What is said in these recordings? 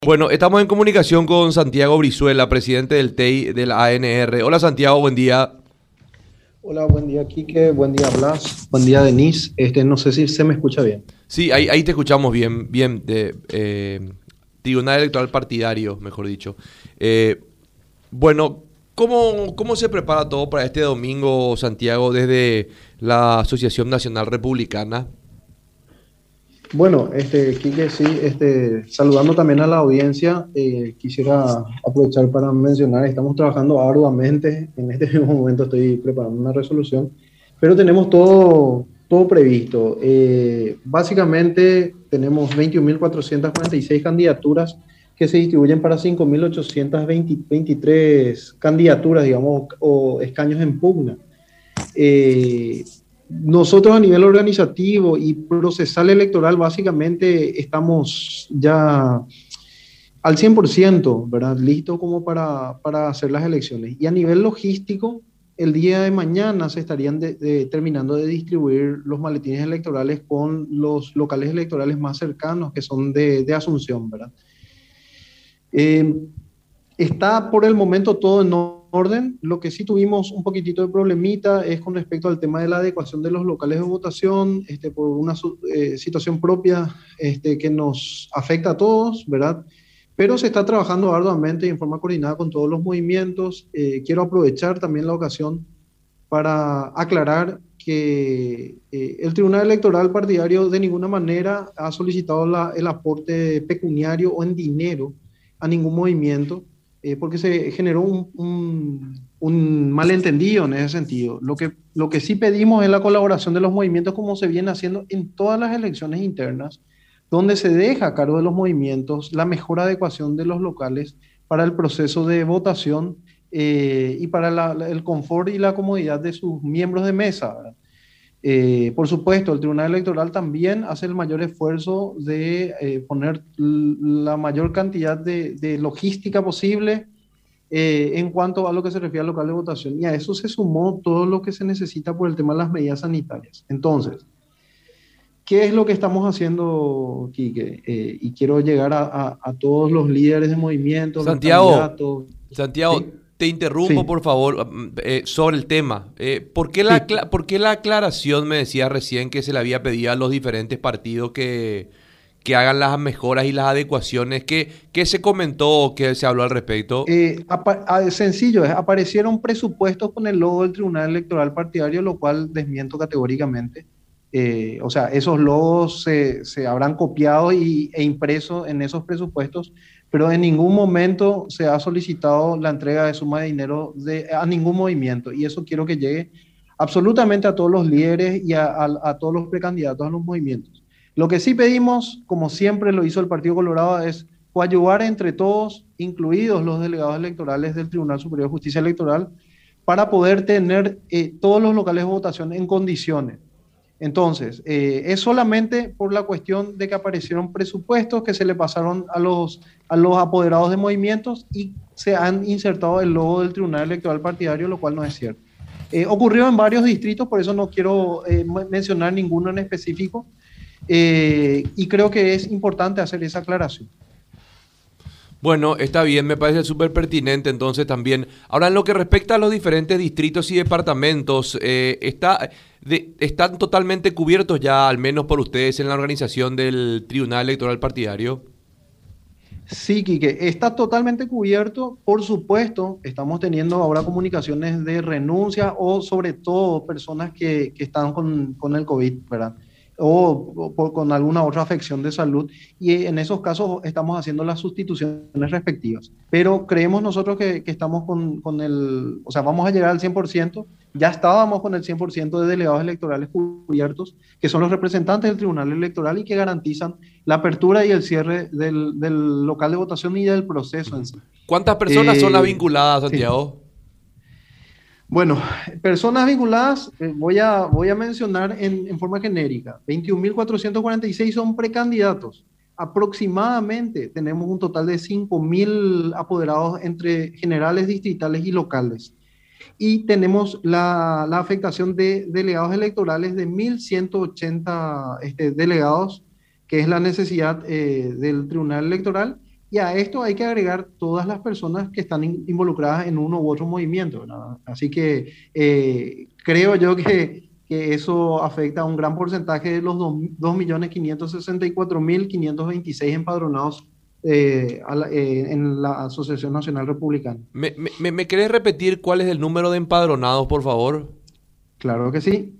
Bueno, estamos en comunicación con Santiago Brizuela, presidente del TEI de la ANR. Hola Santiago, buen día. Hola, buen día, Quique. Buen día, Blas. Buen día, Denise. No sé si se me escucha bien. Sí, ahí te escuchamos bien, bien, de Tribunal Electoral Partidario, mejor dicho. Eh, bueno, ¿cómo se prepara todo para este domingo, Santiago, desde la Asociación Nacional Republicana? Bueno, Quique, sí, saludando también a la audiencia, quisiera aprovechar para mencionar, estamos trabajando arduamente, en este mismo momento estoy preparando una resolución, pero tenemos todo previsto. Básicamente tenemos 21.446 candidaturas que se distribuyen para 5.823 candidaturas, digamos, o escaños en pugna. Nosotros a nivel organizativo y procesal electoral básicamente estamos ya al 100%, ¿verdad? Listo como para hacer las elecciones. Y a nivel logístico, el día de mañana se estarían terminando de distribuir los maletines electorales con los locales electorales más cercanos, que son de Asunción, ¿verdad? Eh, Está por el momento todo en orden. Lo que sí tuvimos un poquitito de problemita es con respecto al tema de la adecuación de los locales de votación, por una situación propia que nos afecta a todos, ¿verdad? Pero se está trabajando arduamente y en forma coordinada con todos los movimientos. Quiero aprovechar también la ocasión para aclarar que el Tribunal Electoral Partidario de ninguna manera ha solicitado el aporte pecuniario o en dinero a ningún movimiento, porque se generó un malentendido en ese sentido. Lo que sí pedimos es la colaboración de los movimientos como se viene haciendo en todas las elecciones internas, donde se deja a cargo de los movimientos la mejor adecuación de los locales para el proceso de votación y para el confort y la comodidad de sus miembros de mesa, ¿verdad? Por supuesto, el Tribunal Electoral también hace el mayor esfuerzo de poner la mayor cantidad de logística posible en cuanto a lo que se refiere al local de votación. Y a eso se sumó todo lo que se necesita por el tema de las medidas sanitarias. Entonces, ¿qué es lo que estamos haciendo, Quique? Y quiero llegar a todos los líderes de movimientos, los Santiago, candidatos. Santiago, ¿Sí? te interrumpo Sí. por favor sobre el tema. Sí. ¿Por qué la aclaración me decía recién que se le había pedido a los diferentes partidos que hagan las mejoras y las adecuaciones? ¿Qué se comentó o qué se habló al respecto? Sencillo, aparecieron presupuestos con el logo del Tribunal Electoral Partidario, lo cual desmiento categóricamente. O sea, esos logos se habrán copiado e impreso en esos presupuestos, pero en ningún momento se ha solicitado la entrega de suma de dinero a ningún movimiento. Y eso quiero que llegue absolutamente a todos los líderes y a todos los precandidatos a los movimientos. Lo que sí pedimos, como siempre lo hizo el Partido Colorado, es coadyuvar entre todos, incluidos los delegados electorales del Tribunal Superior de Justicia Electoral, para poder tener todos los locales de votación en condiciones. Entonces, es solamente por la cuestión de que aparecieron presupuestos que se le pasaron a los apoderados de movimientos y se han insertado el logo del Tribunal Electoral Partidario, lo cual no es cierto. Ocurrió en varios distritos, por eso no quiero mencionar ninguno en específico, y creo que es importante hacer esa aclaración. Bueno, está bien, me parece súper pertinente entonces también. Ahora, en lo que respecta a los diferentes distritos y departamentos, ¿están totalmente cubiertos ya, al menos por ustedes, en la organización del Tribunal Electoral Partidario? Sí, Quique, está totalmente cubierto. Por supuesto, estamos teniendo ahora comunicaciones de renuncia o sobre todo personas que están con el COVID, ¿verdad? Con alguna otra afección de salud. Y en esos casos estamos haciendo las sustituciones respectivas. Pero creemos nosotros que estamos o sea, vamos a llegar al 100%. Ya estábamos con el 100% de delegados electorales cubiertos, que son los representantes del Tribunal Electoral y que garantizan la apertura y el cierre del local de votación y del proceso en Ujú. sí. ¿Cuántas personas son las Eh, vinculadas, sí. Santiago? Bueno, personas vinculadas, voy a mencionar en forma genérica. 21.446 son precandidatos. Aproximadamente tenemos un total de 5.000 apoderados entre generales, distritales y locales. Y tenemos la afectación de delegados electorales de 1.180 delegados, que es la necesidad del Tribunal Electoral, Y a esto hay que agregar todas las personas que están involucradas en uno u otro movimiento, ¿verdad? Así que creo yo que eso afecta a un gran porcentaje de los 2.564.526 empadronados en la Asociación Nacional Republicana. ¿Me querés repetir cuál es el número de empadronados, por favor? Claro que sí,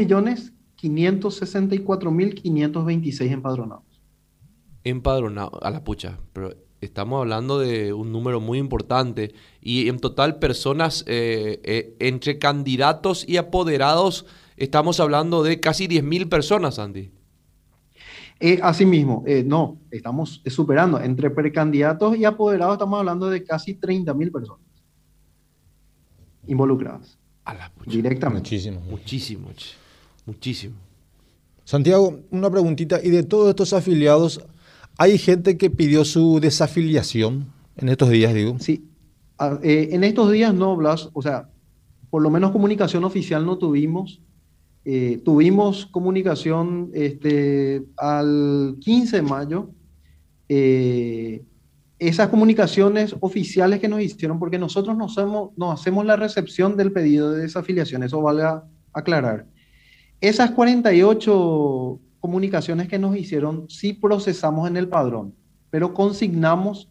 2.564.526 empadronados. Empadronados, a la pucha, pero estamos hablando de un número muy importante y en total personas entre candidatos y apoderados estamos hablando de casi 10.000 personas, Andy. Asimismo, no, estamos superando. Entre precandidatos y apoderados estamos hablando de casi 30.000 personas involucradas A la pucha. directamente. Muchísimo. Muchísimo, muchísimo. Santiago, una preguntita. ¿Y de todos estos afiliados, hay gente que pidió su desafiliación en estos días, digo? Sí, en estos días no, Blas, o sea, por lo menos comunicación oficial no tuvimos. Tuvimos comunicación al 15 de mayo. Esas comunicaciones oficiales que nos hicieron, porque nosotros no hacemos la recepción del pedido de desafiliación, eso vale aclarar. Esas 48 comunicaciones que nos hicieron, sí procesamos en el padrón, pero consignamos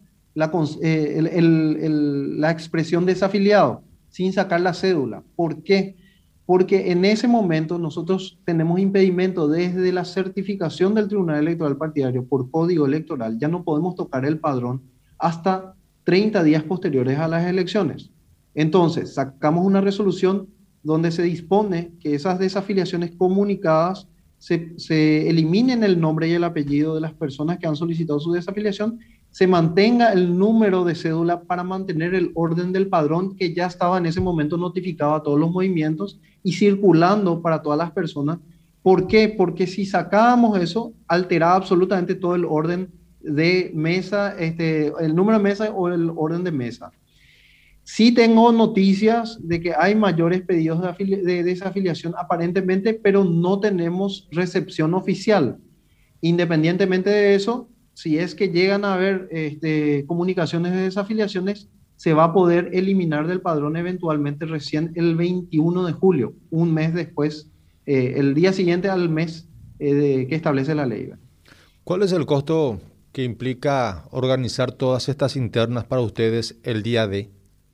la expresión desafiliado sin sacar la cédula. ¿Por qué? Porque en ese momento nosotros tenemos impedimento desde la certificación del Tribunal Electoral Partidario por código electoral. Ya no podemos tocar el padrón hasta 30 días posteriores a las elecciones. Entonces, sacamos una resolución donde se dispone que esas desafiliaciones comunicadas se eliminen el nombre y el apellido de las personas que han solicitado su desafiliación, se mantenga el número de cédula para mantener el orden del padrón que ya estaba en ese momento notificado a todos los movimientos y circulando para todas las personas. ¿Por qué? Porque si sacábamos eso, alteraba absolutamente todo el orden de mesa, el número de mesa o el orden de mesa. Sí tengo noticias de que hay mayores pedidos de desafiliación aparentemente, pero no tenemos recepción oficial. Independientemente de eso, si es que llegan a haber comunicaciones de desafiliaciones, se va a poder eliminar del padrón eventualmente recién el 21 de julio, un mes después, el día siguiente al mes que establece la ley. ¿Cuál es el costo que implica organizar todas estas internas para ustedes el día D?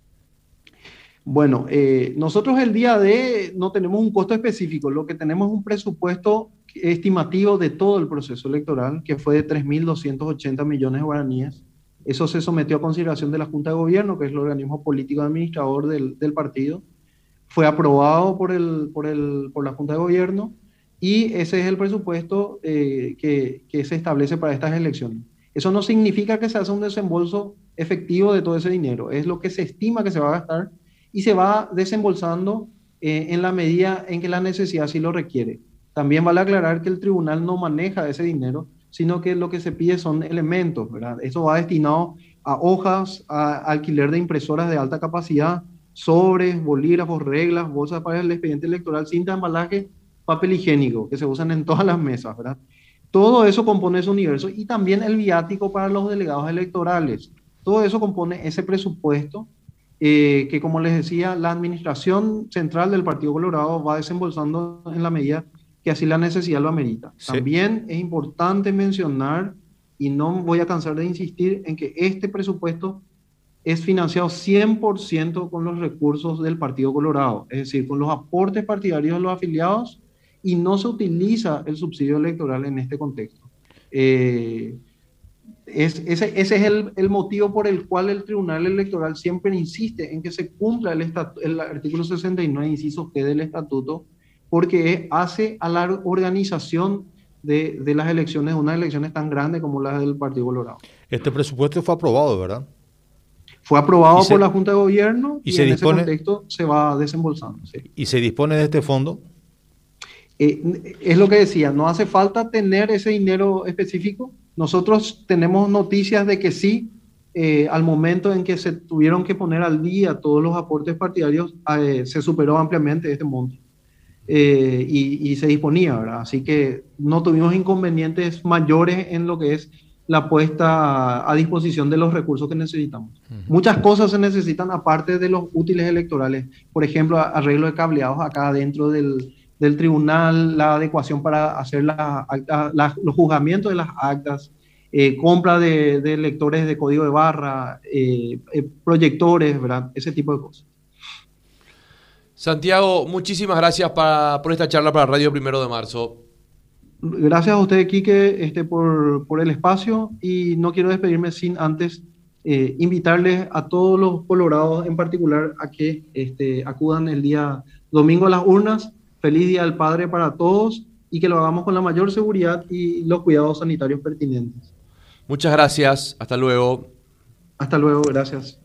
Bueno, nosotros el día D no tenemos un costo específico, lo que tenemos es un presupuesto estimativo de todo el proceso electoral, que fue de 3.280 millones de guaraníes. Eso se sometió a consideración de la Junta de Gobierno, que es el organismo político administrador del partido. Fue aprobado por la Junta de Gobierno y ese es el presupuesto que se establece para estas elecciones. Eso no significa que se haga un desembolso efectivo de todo ese dinero, es lo que se estima que se va a gastar y se va desembolsando en la medida en que la necesidad sí lo requiere. También vale aclarar que el tribunal no maneja ese dinero, sino que lo que se pide son elementos, ¿verdad? Eso va destinado a hojas, a alquiler de impresoras de alta capacidad, sobres, bolígrafos, reglas, bolsas para el expediente electoral, cinta de embalaje, papel higiénico, que se usan en todas las mesas, ¿verdad? Todo eso compone ese universo y también el viático para los delegados electorales. Todo eso compone ese presupuesto que, como les decía, la administración central del Partido Colorado va desembolsando en la medida que así la necesidad lo amerita. Sí. También es importante mencionar, y no voy a cansar de insistir, en que este presupuesto es financiado 100% con los recursos del Partido Colorado, es decir, con los aportes partidarios de los afiliados, y no se utiliza el subsidio electoral en este contexto. Ese es el motivo por el cual el Tribunal Electoral siempre insiste en que se cumpla el artículo 69, inciso G del estatuto, porque hace a la organización de las elecciones, unas elecciones tan grandes como las del Partido Colorado. Este presupuesto fue aprobado, ¿verdad? Fue aprobado por la Junta de Gobierno y en ese contexto se va desembolsando. ¿Sí? ¿Y se dispone de este fondo? Es lo que decía, no hace falta tener ese dinero específico. Nosotros tenemos noticias de que sí, al momento en que se tuvieron que poner al día todos los aportes partidarios, se superó ampliamente este monto. Y se disponía, ¿verdad? Así que no tuvimos inconvenientes mayores en lo que es la puesta a disposición de los recursos que necesitamos. Muchas cosas se necesitan aparte de los útiles electorales. Por ejemplo, arreglo de cableados acá dentro del tribunal, la adecuación para hacer los juzgamientos de las actas, compra de lectores de código de barra, proyectores, ¿verdad? Ese tipo de cosas. Santiago, muchísimas gracias por esta charla para Radio 1 de Marzo. Gracias a usted, Quique, por el espacio, y no quiero despedirme sin antes invitarles a todos los colorados en particular a que acudan el día domingo a las urnas. Feliz Día del Padre para todos y que lo hagamos con la mayor seguridad y los cuidados sanitarios pertinentes. Muchas gracias. Hasta luego. Hasta luego. Gracias.